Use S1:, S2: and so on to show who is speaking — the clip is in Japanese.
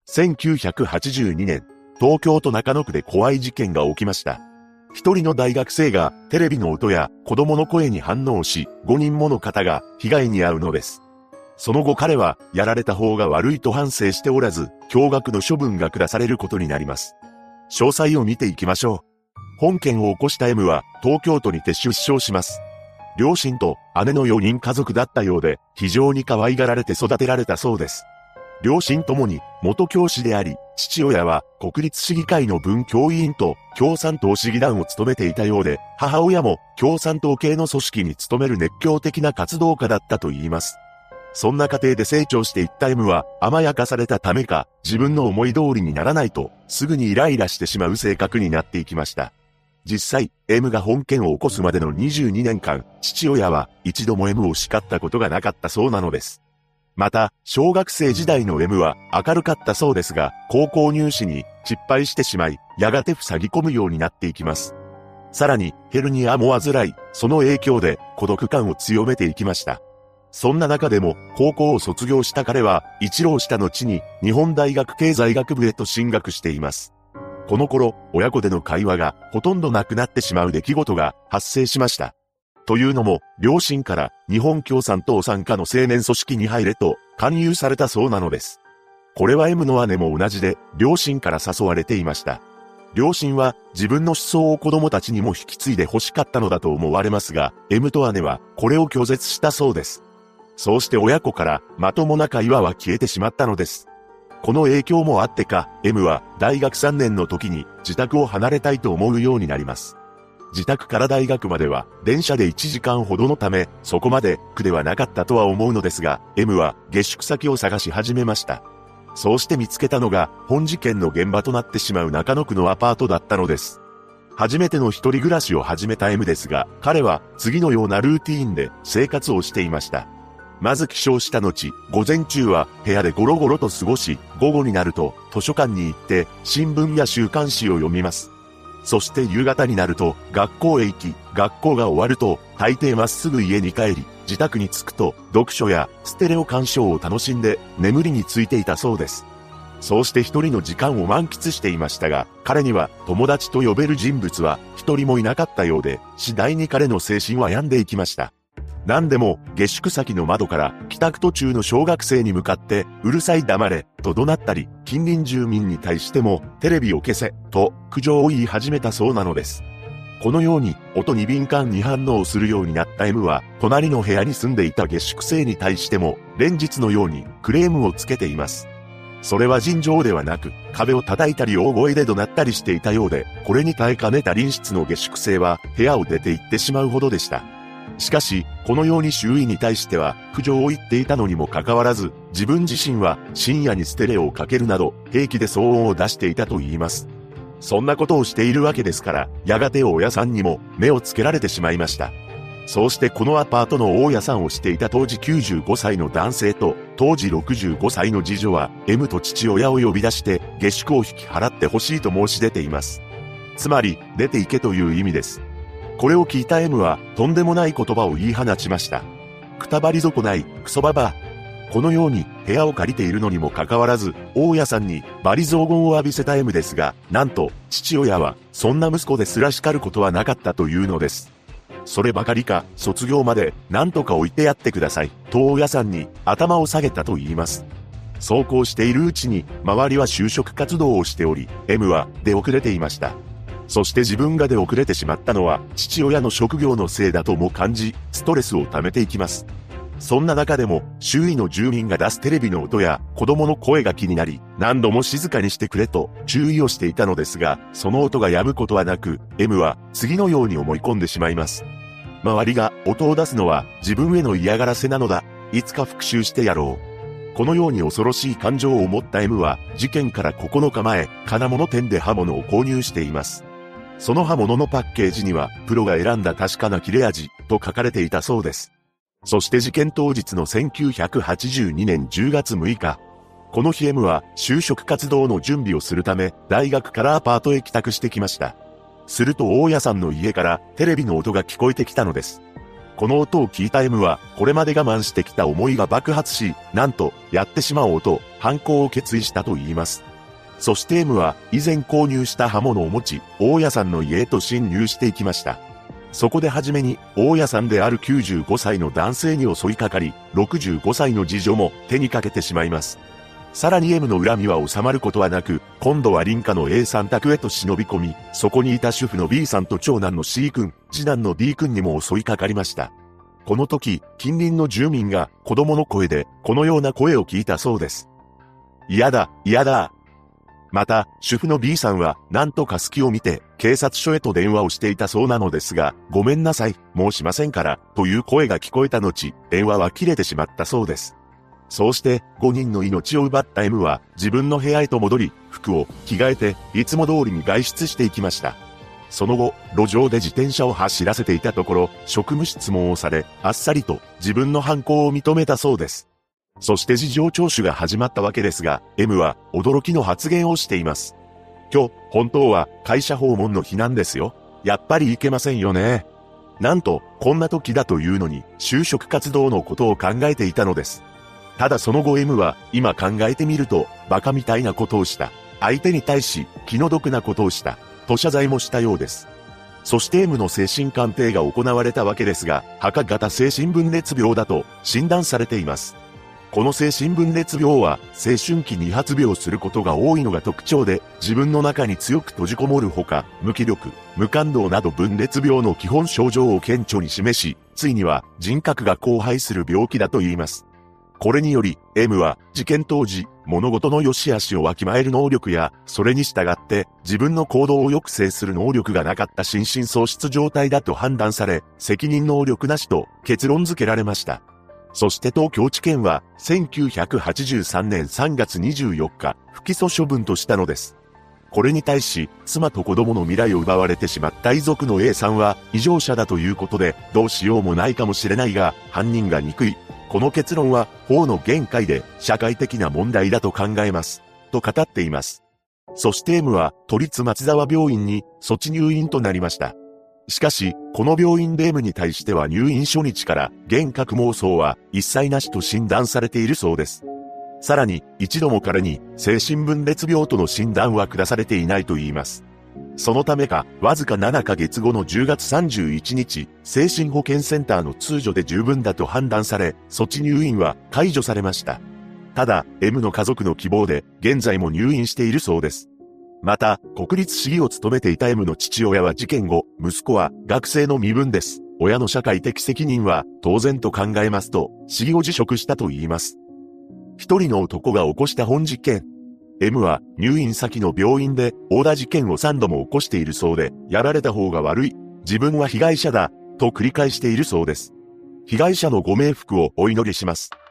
S1: 1982年、東京都中野区で怖い事件が起きました。一人の大学生がテレビの音や子供の声に反応し、5人もの方が被害に遭うのです。その後彼は、やられた方が悪いと反省しておらず、驚愕の処分が下されることになります。詳細を見ていきましょう。本件を起こした M は、東京都にて出生します。両親と姉の4人家族だったようで、非常に可愛がられて育てられたそうです。両親ともに元教師であり、父親は国立市議会の文教委員と共産党市議団を務めていたようで、母親も共産党系の組織に勤める熱狂的な活動家だったと言います。そんな過程で成長していった M は甘やかされたためか、自分の思い通りにならないと、すぐにイライラしてしまう性格になっていきました。実際、M が本件を起こすまでの22年間、父親は一度も M を叱ったことがなかったそうなのです。また、小学生時代の M は明るかったそうですが、高校入試に失敗してしまい、やがて塞ぎ込むようになっていきます。さらに、ヘルニアも患い、その影響で孤独感を強めていきました。そんな中でも、高校を卒業した彼は、一浪した後に、日本大学経済学部へと進学しています。この頃、親子での会話がほとんどなくなってしまう出来事が発生しました。というのも、両親から日本共産党傘下の青年組織に入れと勧誘されたそうなのです。これは M の姉も同じで、両親から誘われていました。両親は自分の思想を子供たちにも引き継いで欲しかったのだと思われますが、M と姉はこれを拒絶したそうです。そうして親子からまともな会話は消えてしまったのです。この影響もあってか、M は大学3年の時に自宅を離れたいと思うようになります。自宅から大学までは電車で1時間ほどのため、そこまで苦ではなかったとは思うのですが、M は下宿先を探し始めました。そうして見つけたのが本事件の現場となってしまう中野区のアパートだったのです。初めての一人暮らしを始めた M ですが、彼は次のようなルーティーンで生活をしていました。まず起床した後、午前中は部屋でゴロゴロと過ごし、午後になると図書館に行って新聞や週刊誌を読みます。そして夕方になると学校へ行き、学校が終わると大抵まっすぐ家に帰り、自宅に着くと読書やステレオ鑑賞を楽しんで眠りについていたそうです。そうして一人の時間を満喫していましたが、彼には友達と呼べる人物は一人もいなかったようで、次第に彼の精神は病んでいきました。何でも下宿先の窓から帰宅途中の小学生に向かってうるさい黙れと怒鳴ったり、近隣住民に対してもテレビを消せと苦情を言い始めたそうなのです。このように音に敏感に反応するようになった M は隣の部屋に住んでいた下宿生に対しても連日のようにクレームをつけています。それは尋常ではなく壁を叩いたり大声で怒鳴ったりしていたようで、これに耐えかねた隣室の下宿生は部屋を出て行ってしまうほどでした。しかし、このように周囲に対しては苦情を言っていたのにもかかわらず、自分自身は深夜にステレオをかけるなど、平気で騒音を出していたと言います。そんなことをしているわけですから、やがて大家さんにも目をつけられてしまいました。そうしてこのアパートの大家さんをしていた当時95歳の男性と、当時65歳の次女は、M と父親を呼び出して、下宿を引き払ってほしいと申し出ています。つまり、出て行けという意味です。これを聞いた M はとんでもない言葉を言い放ちました。くたばり損ない、クソババア。このように部屋を借りているのにもかかわらず、大家さんに罵詈雑言を浴びせた M ですが、なんと父親はそんな息子ですら叱ることはなかったというのです。そればかりか、卒業までなんとか置いてやってください、と大家さんに頭を下げたと言います。そうこうしているうちに、周りは就職活動をしており、M は出遅れていました。そして自分が出遅れてしまったのは父親の職業のせいだとも感じ、ストレスを溜めていきます。そんな中でも周囲の住民が出すテレビの音や子供の声が気になり、何度も静かにしてくれと注意をしていたのですが、その音が止むことはなく、M は次のように思い込んでしまいます。周りが音を出すのは自分への嫌がらせなのだ。いつか復讐してやろう。このように恐ろしい感情を持った M は事件から9日前、金物店で刃物を購入しています。その刃物のパッケージには、プロが選んだ確かな切れ味、と書かれていたそうです。そして事件当日の1982年10月6日。この日 M は就職活動の準備をするため、大学からアパートへ帰宅してきました。すると大家さんの家からテレビの音が聞こえてきたのです。 この音を聞いた M は、これまで我慢してきた思いが爆発し、なんと、やってしまおうと、犯行を決意したと言います。そして M は、以前購入した刃物を持ち、大家さんの家へと侵入していきました。そこではじめに、大家さんである95歳の男性に襲いかかり、65歳の次女も手にかけてしまいます。さらに M の恨みは収まることはなく、今度は隣家の A さん宅へと忍び込み、そこにいた主婦の B さんと長男の C 君、次男の D 君にも襲いかかりました。この時、近隣の住民が子供の声で、このような声を聞いたそうです。嫌だ、嫌だ。また、主婦の B さんは、なんとか隙を見て、警察署へと電話をしていたそうなのですが、ごめんなさい、もうしませんから、という声が聞こえた後、電話は切れてしまったそうです。そうして、5人の命を奪った M は、自分の部屋へと戻り、服を着替えて、いつも通りに外出していきました。その後、路上で自転車を走らせていたところ、職務質問をされ、あっさりと自分の犯行を認めたそうです。そして事情聴取が始まったわけですが、M は驚きの発言をしています。今日、本当は会社訪問の日なんですよ。やっぱり行けませんよね。なんと、こんな時だというのに、就職活動のことを考えていたのです。ただその後 M は、今考えてみると、バカみたいなことをした。相手に対し、気の毒なことをした。と謝罪もしたようです。そして M の精神鑑定が行われたわけですが、白型精神分裂病だと診断されています。この精神分裂病は、青春期に発病することが多いのが特徴で、自分の中に強く閉じこもるほか、無気力、無感動など分裂病の基本症状を顕著に示し、ついには人格が荒廃する病気だと言います。これにより、M は事件当時、物事の良し悪しをわきまえる能力や、それに従って自分の行動を抑制する能力がなかった心神喪失状態だと判断され、責任能力なしと結論付けられました。そして東京地検は1983年3月24日、不起訴処分としたのです。これに対し、妻と子供の未来を奪われてしまった遺族の A さんは異常者だということで、どうしようもないかもしれないが、犯人が憎い。この結論は法の限界で社会的な問題だと考えます。と語っています。そして M は都立松沢病院に措置入院となりました。しかし、この病院で M に対しては入院初日から幻覚妄想は一切なしと診断されているそうです。さらに、一度も彼に精神分裂病との診断は下されていないと言います。そのためか、わずか7ヶ月後の10月31日、精神保健センターの通所で十分だと判断され、措置入院は解除されました。ただ、M の家族の希望で、現在も入院しているそうです。また、国立市議を務めていた M の父親は事件後、息子は学生の身分です。親の社会的責任は当然と考えますと、市議を辞職したと言います。一人の男が起こした本事件。M は入院先の病院で殴打事件を3度も起こしているそうで、やられた方が悪い。自分は被害者だ。と繰り返しているそうです。被害者のご冥福をお祈りします。